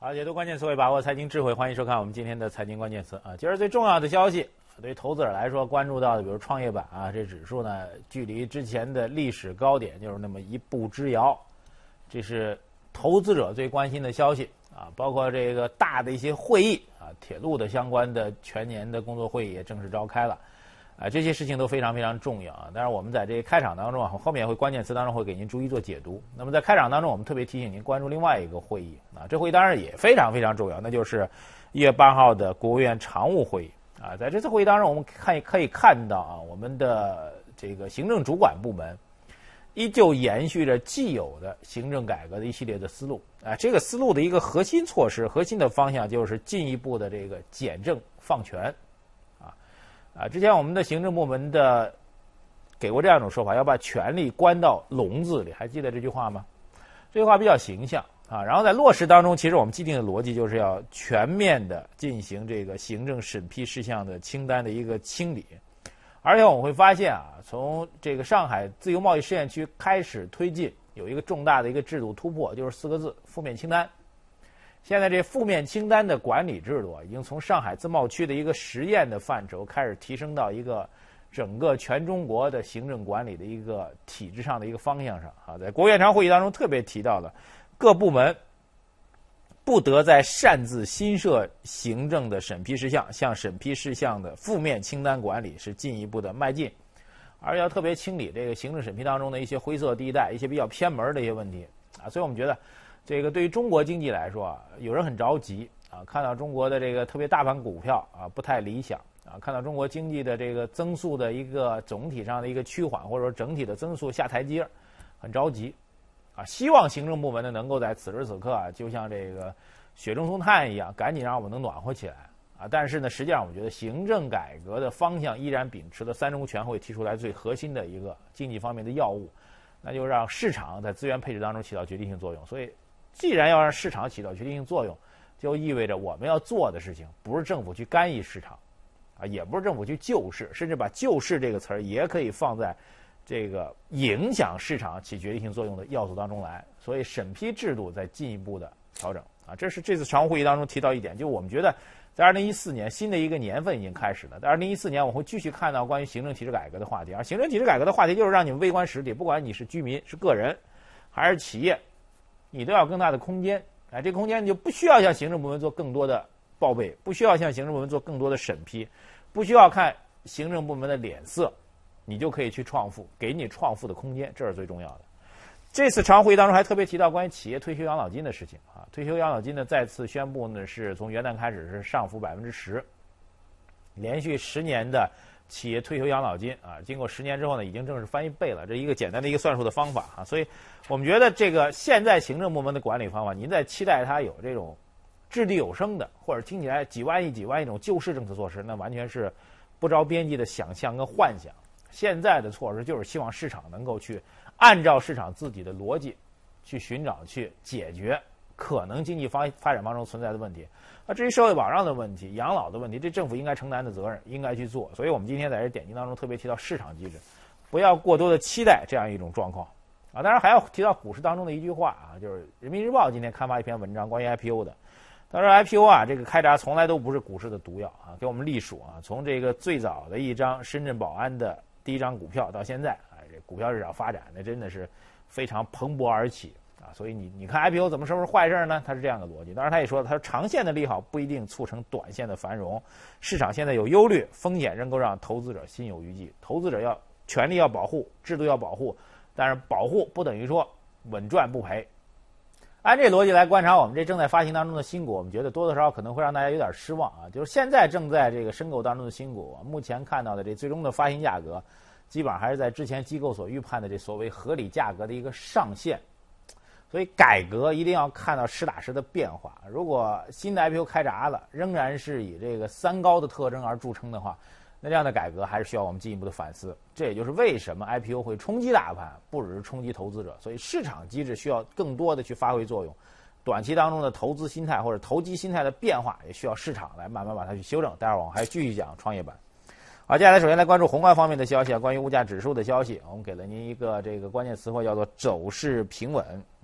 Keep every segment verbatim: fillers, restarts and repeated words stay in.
好，解读关键词汇，把握财经智慧，欢迎收看我们今天的财经关键词啊。今儿最重要的消息，对于投资者来说关注到的，比如创业板啊，这指数呢，距离之前的历史高点就是那么一步之遥，这是投资者最关心的消息啊。包括这个大的一些会议啊，铁路的相关的全年的工作会议也正式召开了。啊，这些事情都非常非常重要啊！当然，我们在这个开场当中啊，后面会关键词当中会给您逐一做解读。那么在开场当中，我们特别提醒您关注另外一个会议啊，这会议当然也非常非常重要，那就是一月八号的国务院常务会议啊。在这次会议当中，我们看可以看到啊，我们的这个行政主管部门依旧延续着既有的行政改革的一系列的思路啊。这个思路的一个核心措施、核心的方向就是进一步的这个简政放权。啊，之前我们的行政部门的给过这样一种说法，要把权力关到笼子里，还记得这句话吗？这句话比较形象啊。然后在落实当中，其实我们既定的逻辑就是要全面的进行这个行政审批事项的清单的一个清理，而且我们会发现啊，从这个上海自由贸易试验区开始推进，有一个重大的一个制度突破，就是四个字：负面清单。现在这负面清单的管理制度啊，已经从上海自贸区的一个实验的范畴开始提升到一个整个全中国的行政管理的一个体制上的一个方向上啊。在国务院常会议当中特别提到了，各部门不得再擅自新设行政的审批事项，向审批事项的负面清单管理是进一步的迈进，而要特别清理这个行政审批当中的一些灰色地带、一些比较偏门的一些问题啊。所以我们觉得，这个对于中国经济来说啊，有人很着急啊，看到中国的这个特别大盘股票啊不太理想啊，看到中国经济的这个增速的一个总体上的一个趋缓，或者说整体的增速下台阶，很着急啊，希望行政部门呢能够在此时此刻啊，就像这个雪中送炭一样，赶紧让我们能暖和起来啊。但是呢，实际上我觉得行政改革的方向依然秉持了三中全会提出来最核心的一个经济方面的要务，那就让市场在资源配置当中起到决定性作用。所以既然要让市场起到决定性作用，就意味着我们要做的事情不是政府去干预市场啊，也不是政府去救市，甚至把救市这个词儿也可以放在这个影响市场起决定性作用的要素当中来。所以审批制度在进一步的调整啊，这是这次常务会议当中提到一点，就我们觉得在二零一四年新的一个年份已经开始了，在二零一四年我会继续看到关于行政体制改革的话题，而行政体制改革的话题就是让你们微观实体，不管你是居民、是个人还是企业，你都要更大的空间，哎，这个空间你就不需要向行政部门做更多的报备，不需要向行政部门做更多的审批，不需要看行政部门的脸色，你就可以去创富，给你创富的空间，这是最重要的。这次常务会议当中还特别提到关于企业退休养老金的事情啊，退休养老金呢再次宣布呢是从元旦开始是上浮百分之十，连续十年的企业退休养老金啊，经过十年之后呢，已经正式翻一倍了，这一个简单的一个算术的方法啊。所以我们觉得这个现在行政部门的管理方法，您在期待它有这种掷地有声的，或者听起来几万亿几万亿一种救市政策措施，那完全是不着边际的想象跟幻想。现在的措施就是希望市场能够去按照市场自己的逻辑去寻找、去解决可能经济发发展当中存在的问题。那至于社会保障的问题、养老的问题，这政府应该承担的责任，应该去做。所以我们今天在这点击当中特别提到市场机制，不要过多的期待这样一种状况啊。当然还要提到股市当中的一句话啊，就是人民日报今天刊发一篇文章关于 I P O 的。他说 I P O 啊，这个开闸从来都不是股市的毒药啊，给我们隶属啊，从这个最早的一张深圳宝安的第一张股票到现在啊，这股票市场发展的真的是非常蓬勃而起啊，所以你你看 I P O 怎么说是坏事呢？它是这样的逻辑。当然他也说了，他说长线的利好不一定促成短线的繁荣，市场现在有忧虑，风险仍够让投资者心有余悸。投资者要权利要保护，制度要保护，但是保护不等于说稳赚不赔。按这逻辑来观察我们这正在发行当中的新股，我们觉得多多少少可能会让大家有点失望啊。就是现在正在这个申购当中的新股，目前看到的这最终的发行价格，基本上还是在之前机构所预判的这所谓合理价格的一个上限。所以改革一定要看到实打实的变化。如果新的 I P O 开闸了，仍然是以这个三高的特征而著称的话，那这样的改革还是需要我们进一步的反思。这也就是为什么 I P O 会冲击大盘，不只是冲击投资者。所以市场机制需要更多的去发挥作用，短期当中的投资心态或者投机心态的变化，也需要市场来慢慢把它去修正。待会儿我们还继续讲创业板。好，接下来首先来关注宏观方面的消息啊，关于物价指数的消息，我们给了您一个这个关键词汇叫做走势平稳。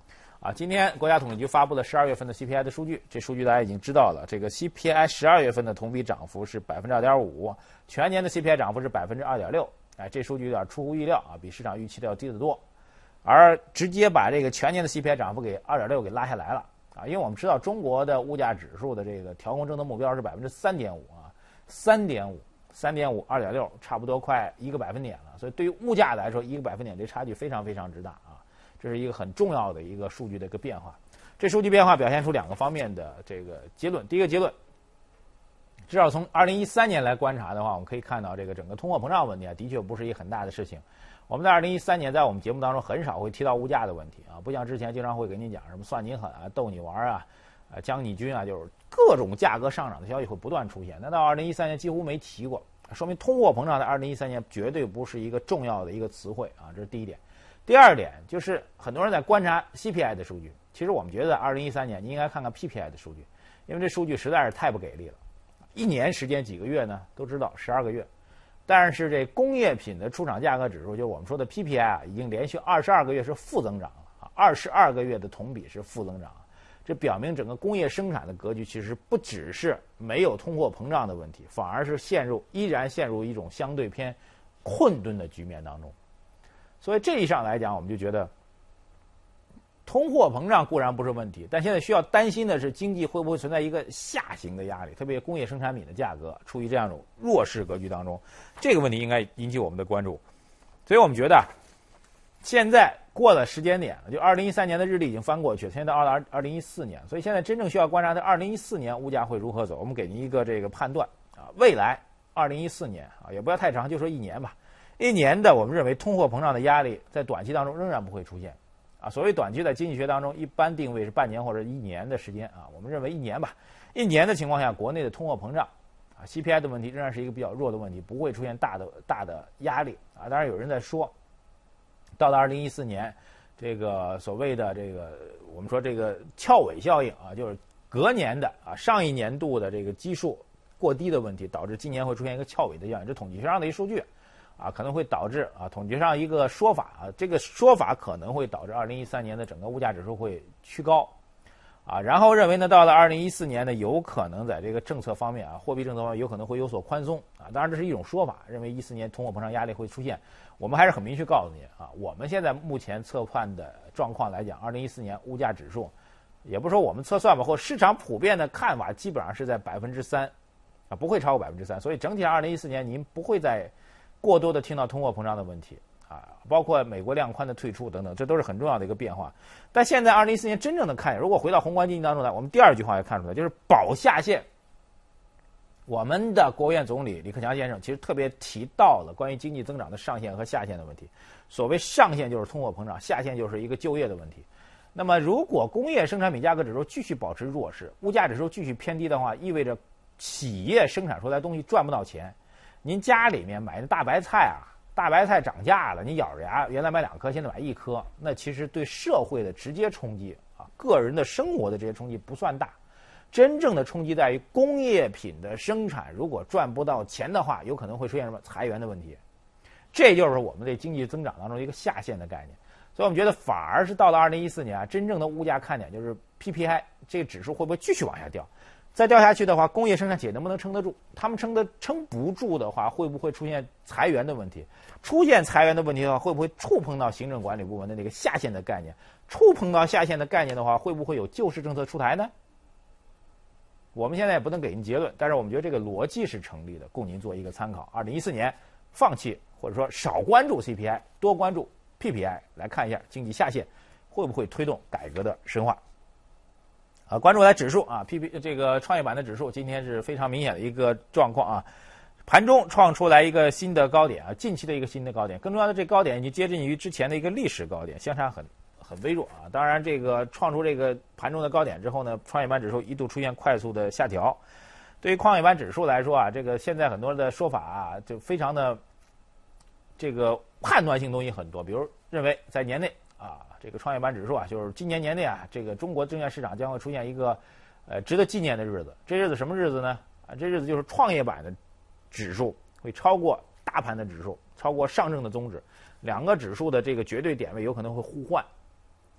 啊，今天国家统计局发布了十二月份的 C P I 的数据，这数据大家已经知道了。这个 C P I 十二月份的同比涨幅是百分之二点五，全年的 C P I 涨幅是百分之二点六。哎，这数据有点出乎意料啊，比市场预期的要低得多，而直接把这个全年的 C P I 涨幅给二点六给拉下来了啊。因为我们知道中国的物价指数的这个调控政策目标是百分之三点五啊，三点五。三点五，二点六，差不多快一个百分点了。所以对于物价来说，一个百分点这差距非常非常之大啊，这是一个很重要的一个数据的一个变化。这数据变化表现出两个方面的这个结论。第一个结论，至少从二零一三年来观察的话，我们可以看到这个整个通货膨胀问题啊，的确不是一个很大的事情。我们在二零一三年在我们节目当中很少会提到物价的问题啊，不像之前经常会给您讲什么算你狠啊、逗你玩啊、呃将你军啊，就是各种价格上涨的消息会不断出现。那到二零一三年几乎没提过。说明通货膨胀在二零一三年绝对不是一个重要的一个词汇啊，这是第一点。第二点就是很多人在观察 C P I 的数据，其实我们觉得二零一三年你应该看看 P P I 的数据，因为这数据实在是太不给力了。一年时间几个月呢？都知道十二个月，但是这工业品的出厂价格指数，就是我们说的 P P I 啊，已经连续二十二个月是负增长了啊，二十二个月的同比是负增长。这表明整个工业生产的格局其实不只是没有通货膨胀的问题，反而是陷入依然陷入一种相对偏困顿的局面当中。所以这一上来讲，我们就觉得通货膨胀固然不是问题，但现在需要担心的是经济会不会存在一个下行的压力，特别工业生产品的价格处于这样一种弱势格局当中，这个问题应该引起我们的关注。所以我们觉得现在过了时间点了，就二零一三年的日历已经翻过去了，现在到二二零一四年，所以现在真正需要观察的二零一四年物价会如何走。我们给您一个这个判断啊，未来二零一四年啊，也不要太长，就说一年吧。一年的我们认为通货膨胀的压力在短期当中仍然不会出现啊。所谓短期在经济学当中一般定位是半年或者一年的时间啊，我们认为一年吧。一年的情况下，国内的通货膨胀啊 C P I 的问题仍然是一个比较弱的问题，不会出现大的大的压力啊。当然有人在说，到了二零一四年，这个所谓的这个我们说这个翘尾效应啊，就是隔年的啊上一年度的这个基数过低的问题，导致今年会出现一个翘尾的效应。这统计学上的一数据啊，可能会导致啊统计学上一个说法啊，这个说法可能会导致二零一三年的整个物价指数会趋高啊，然后认为呢，到了二零一四年呢，有可能在这个政策方面啊，货币政策方面有可能会有所宽松啊。当然这是一种说法，认为一四年通货膨胀压力会出现。我们还是很明确告诉你啊，我们现在目前测判的状况来讲，二零一四年物价指数，也不是说我们测算吧，或市场普遍的看法，基本上是在百分之三，啊，不会超过百分之三。所以整体二零一四年您不会再过多的听到通货膨胀的问题啊，包括美国量宽的退出等等，这都是很重要的一个变化。但现在二零一四年真正的看，如果回到宏观经济当中来，我们第二句话也看出来，就是保下限。我们的国务院总理李克强先生其实特别提到了关于经济增长的上限和下限的问题。所谓上限就是通货膨胀，下限就是一个就业的问题。那么如果工业生产品价格指数继续保持弱势，物价指数继续偏低的话，意味着企业生产出来的东西赚不到钱。您家里面买的大白菜啊，大白菜涨价了，你咬着牙原来买两颗，现在买一颗，那其实对社会的直接冲击啊，个人的生活的这些冲击不算大。真正的冲击在于工业品的生产，如果赚不到钱的话，有可能会出现什么裁员的问题。这就是我们对经济增长当中一个下限的概念。所以我们觉得反而是到了二零一四年啊，真正的物价看点就是 P P I 这个指数会不会继续往下掉。再掉下去的话，工业生产企业能不能撑得住？他们撑得撑不住的话，会不会出现裁员的问题？出现裁员的问题的话，会不会触碰到行政管理部门的那个下限的概念？触碰到下限的概念的话，会不会有救市政策出台呢？我们现在也不能给您结论，但是我们觉得这个逻辑是成立的，供您做一个参考。二零一四年放弃或者说少关注 C P I， 多关注 P P I， 来看一下经济下限会不会推动改革的深化。啊，关注来指数啊 ，P P 这个创业板的指数今天是非常明显的一个状况啊，盘中创出来一个新的高点啊，近期的一个新的高点，更重要的这高点已经接近于之前的一个历史高点，相差很。很微弱啊！当然，这个创出这个盘中的高点之后呢，创业板指数一度出现快速的下调。对于创业板指数来说啊，这个现在很多的说法啊，就非常的这个判断性东西很多。比如认为在年内啊，这个创业板指数啊，就是今年年内啊，这个中国证券市场将会出现一个呃值得纪念的日子。这日子什么日子呢？啊，这日子就是创业板的指数会超过大盘的指数，超过上证的综指，两个指数的这个绝对点位有可能会互换。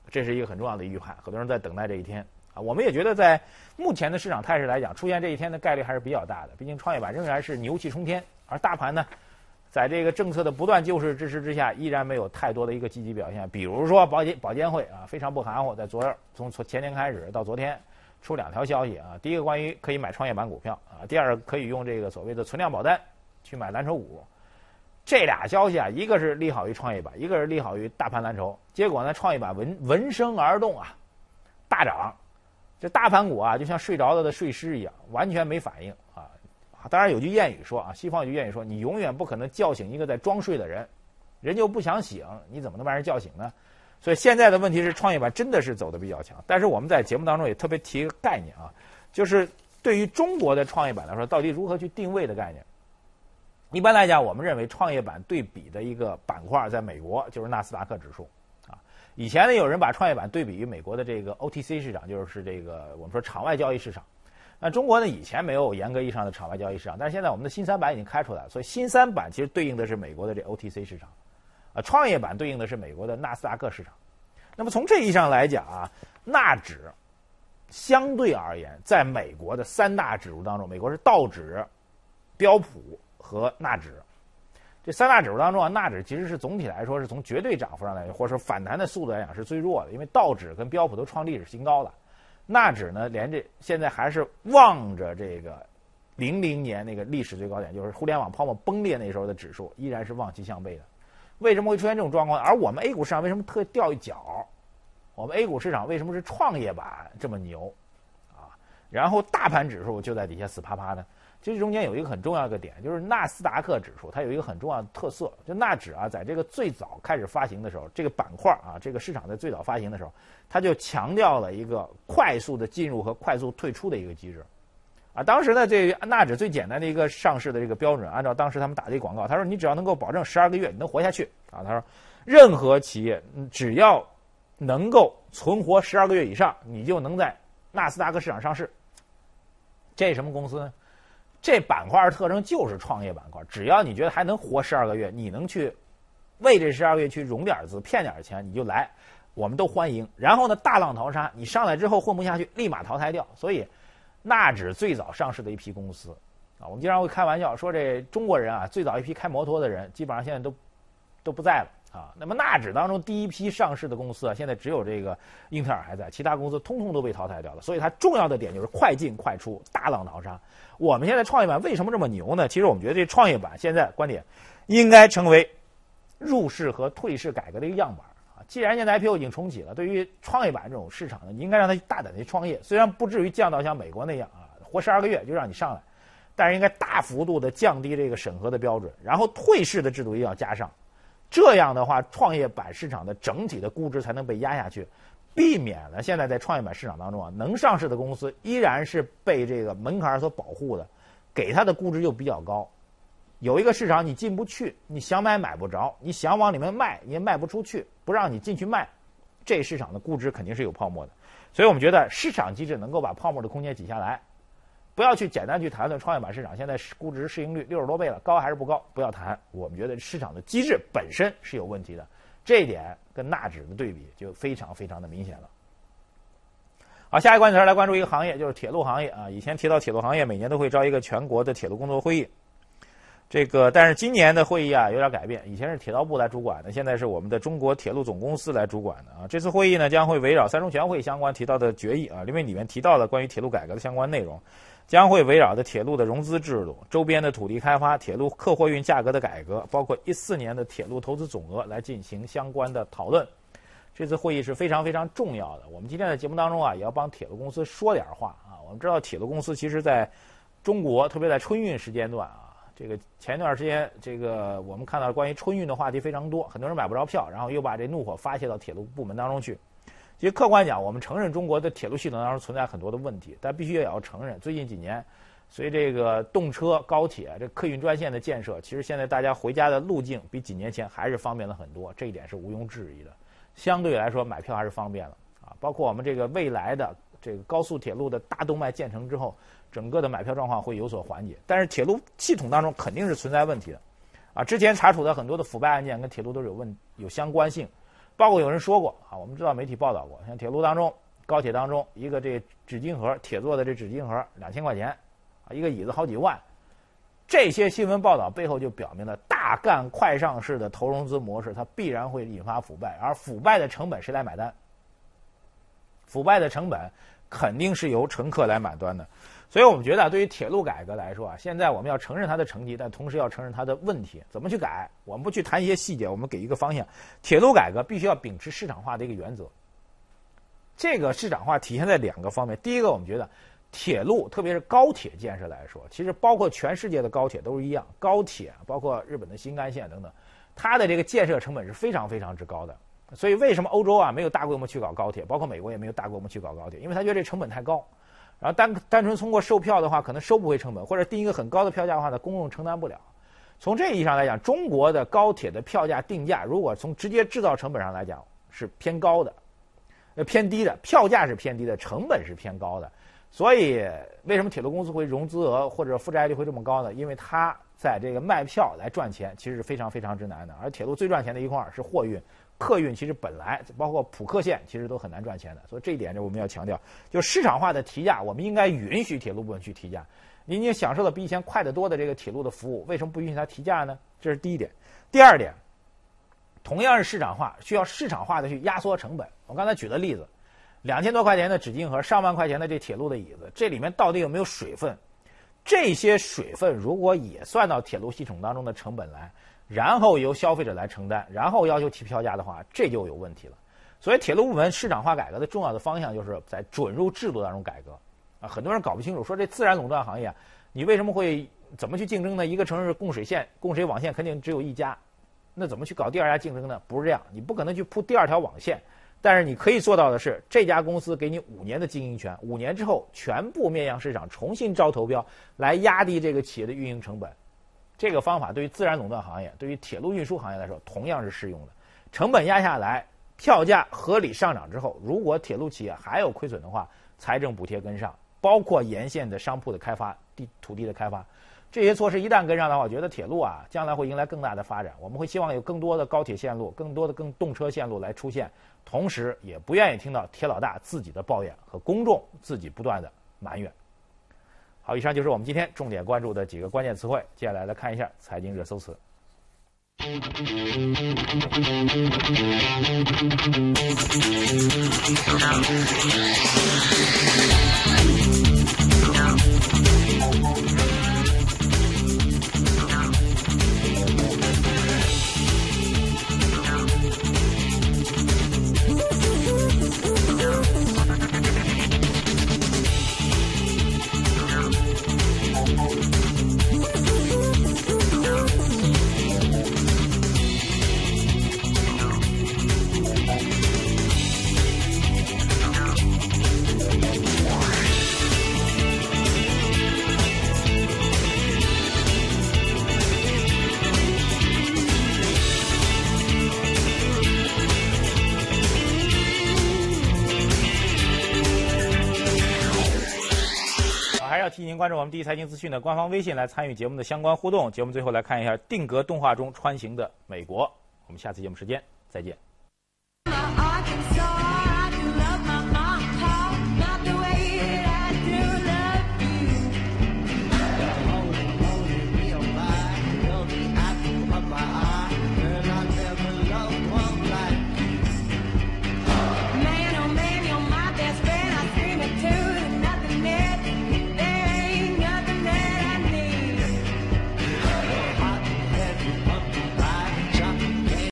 这是一个很重要的预判，很多人在等待这一天啊。我们也觉得在目前的市场态势来讲，出现这一天的概率还是比较大的。毕竟创业板仍然是牛气冲天，而大盘呢，在这个政策的不断救市支持之下，依然没有太多的一个积极表现。比如说保监保监会啊，非常不含糊，在昨儿从从前天开始到昨天出两条消息啊，第一个关于可以买创业板股票啊，第二个可以用这个所谓的存量保单去买蓝筹股。这俩消息啊，一个是利好于创业板，一个是利好于大盘蓝筹。结果呢，创业板闻闻声而动啊，大涨。这大盘股啊，就像睡着了的睡狮一样，完全没反应啊。当然有句谚语说啊，西方有句谚语说，你永远不可能叫醒一个在装睡的人，人就不想醒，你怎么能把人叫醒呢？所以现在的问题是，创业板真的是走得比较强。但是我们在节目当中也特别提一个概念啊，就是对于中国的创业板来说，到底如何去定位的概念。一般来讲，我们认为创业板对比的一个板块，在美国就是纳斯达克指数啊。以前呢，有人把创业板对比于美国的这个 O T C 市场，就是这个我们说场外交易市场。那中国呢，以前没有严格意义上的场外交易市场，但是现在我们的新三板已经开出来了，所以新三板其实对应的是美国的这 O T C 市场，啊，创业板对应的是美国的纳斯达克市场。那么从这意义上来讲啊，纳指相对而言，在美国的三大指数当中，美国是道指、标普和纳指。这三大指数当中啊，纳指其实是总体来说是从绝对涨幅上来，或者说反弹的速度来讲是最弱的，因为道指跟标普都创历史新高了。纳指呢，连这现在还是望着这个零零年那个历史最高点，就是互联网泡沫崩裂那时候的指数，依然是望其项背的。为什么会出现这种状况？而我们 A 股市场为什么特掉一脚？我们 A 股市场为什么是创业板这么牛啊？然后大盘指数就在底下死趴趴呢？其实中间有一个很重要的一个点，就是纳斯达克指数它有一个很重要的特色，就纳指啊，在这个最早开始发行的时候，这个板块啊，这个市场在最早发行的时候，它就强调了一个快速的进入和快速退出的一个机制。啊，当时呢，这纳指最简单的一个上市的这个标准，按照当时他们打的一个广告，他说你只要能够保证十二个月你能活下去啊，他说任何企业只要能够存活十二个月以上，你就能在纳斯达克市场上市。这是什么公司呢？这板块的特征就是创业板块，只要你觉得还能活十二个月，你能去为这十二个月去融点资、骗点钱，你就来，我们都欢迎。然后呢，大浪淘沙，你上来之后混不下去，立马淘汰掉。所以，纳指最早上市的一批公司啊，我们经常会开玩笑说，这中国人啊，最早一批开摩托的人，基本上现在都都不在了啊。那么纳指当中第一批上市的公司啊，现在只有这个英特尔还在，其他公司通通都被淘汰掉了。所以它重要的点就是快进快出，大浪淘沙。我们现在创业板为什么这么牛呢？其实我们觉得这创业板现在观点应该成为入市和退市改革的一个样板啊。既然现在 I P O 已经重启了，对于创业板这种市场呢，你应该让它大胆的创业，虽然不至于降到像美国那样啊，活十二个月就让你上来，但是应该大幅度的降低这个审核的标准，然后退市的制度也要加上。这样的话，创业板市场的整体的估值才能被压下去。避免了现在在创业板市场当中啊，能上市的公司依然是被这个门槛所保护的，给它的估值又比较高。有一个市场你进不去，你想买买不着，你想往里面卖也卖不出去，不让你进去卖，这市场的估值肯定是有泡沫的。所以我们觉得市场机制能够把泡沫的空间挤下来，不要去简单去谈论创业板市场现在估值市盈率六十多倍了，高还是不高？不要谈。我们觉得市场的机制本身是有问题的。这一点跟纳指的对比就非常非常的明显了。好，下一个关键词来关注一个行业，就是铁路行业啊。以前提到铁路行业，每年都会召一个全国的铁路工作会议。这个，但是今年的会议啊有点改变，以前是铁道部来主管的，现在是我们的中国铁路总公司来主管的啊。这次会议呢将会围绕三中全会相关提到的决议啊，因为里面提到了关于铁路改革的相关内容，将会围绕着铁路的融资制度、周边的土地开发、铁路客货运价格的改革，包括一四年的铁路投资总额来进行相关的讨论。这次会议是非常非常重要的。我们今天的节目当中啊，也要帮铁路公司说点话啊。我们知道铁路公司其实在中国，特别在春运时间段啊。这个前一段时间，这个我们看到关于春运的话题非常多，很多人买不着票，然后又把这怒火发泄到铁路部门当中去。其实客观讲，我们承认中国的铁路系统当中存在很多的问题，但必须也要承认，最近几年随这个动车、高铁、这客运专线的建设，其实现在大家回家的路径比几年前还是方便了很多，这一点是毋庸置疑的。相对来说，买票还是方便了啊。包括我们这个未来的这个高速铁路的大动脉建成之后，整个的买票状况会有所缓解。但是铁路系统当中肯定是存在问题的，啊，之前查处的很多的腐败案件跟铁路都是有问有相关性。 包括有人说过啊，我们知道媒体报道过，像铁路当中、高铁当中，一个这纸巾盒铁做的这纸巾盒两千块钱，啊，一个椅子好几万，这些新闻报道背后就表明了大干快上式的投融资模式，它必然会引发腐败，而腐败的成本谁来买单？腐败的成本肯定是由乘客来买单的。所以我们觉得啊，对于铁路改革来说啊，现在我们要承认它的成绩，但同时要承认它的问题。怎么去改？我们不去谈一些细节，我们给一个方向。铁路改革必须要秉持市场化的一个原则。这个市场化体现在两个方面。第一个，我们觉得铁路，特别是高铁建设来说，其实包括全世界的高铁都是一样，高铁包括日本的新干线等等，它的这个建设成本是非常非常之高的。所以为什么欧洲啊没有大规模去搞高铁，包括美国也没有大规模去搞高铁？因为他觉得这成本太高。然后单单纯通过售票的话，可能收不回成本，或者定一个很高的票价的话呢，公众承担不了。从这意义上来讲，中国的高铁的票价定价，如果从直接制造成本上来讲是偏高的，呃偏低的，票价是偏低的，成本是偏高的。所以为什么铁路公司会融资额或者负债率会这么高呢？因为它在这个卖票来赚钱，其实是非常非常之难的。而铁路最赚钱的一块是货运。客运其实本来包括普客线其实都很难赚钱的，所以这一点就我们要强调，就市场化的提价，我们应该允许铁路部门去提价。您已经享受了比以前快得多的这个铁路的服务，为什么不允许它提价呢？这是第一点。第二点，同样是市场化，需要市场化的去压缩成本。我刚才举的例子，两千多块钱的纸巾盒，上万块钱的这铁路的椅子，这里面到底有没有水分？这些水分如果也算到铁路系统当中的成本来，然后由消费者来承担，然后要求提票价的话，这就有问题了。所以铁路部门市场化改革的重要的方向就是在准入制度当中改革啊。很多人搞不清楚，说这自然垄断行业啊，你为什么会怎么去竞争呢？一个城市供水线、供水网线肯定只有一家，那怎么去搞第二家竞争呢？不是这样，你不可能去铺第二条网线，但是你可以做到的是，这家公司给你五年的经营权，五年之后全部面向市场，重新招投标，来压低这个企业的运营成本。这个方法对于自然垄断行业，对于铁路运输行业来说，同样是适用的。成本压下来，票价合理上涨之后，如果铁路企业还有亏损的话，财政补贴跟上，包括沿线的商铺的开发、地土地的开发，这些措施一旦跟上的话，我觉得铁路啊，将来会迎来更大的发展。我们会希望有更多的高铁线路、更多的更动车线路来出现，同时也不愿意听到铁老大自己的抱怨和公众自己不断的埋怨。好，以上就是我们今天重点关注的几个关键词汇。接下来来看一下财经热搜词。提醒您关注我们第一财经资讯的官方微信，来参与节目的相关互动。节目最后来看一下定格动画中穿行的美国。我们下次节目时间再见。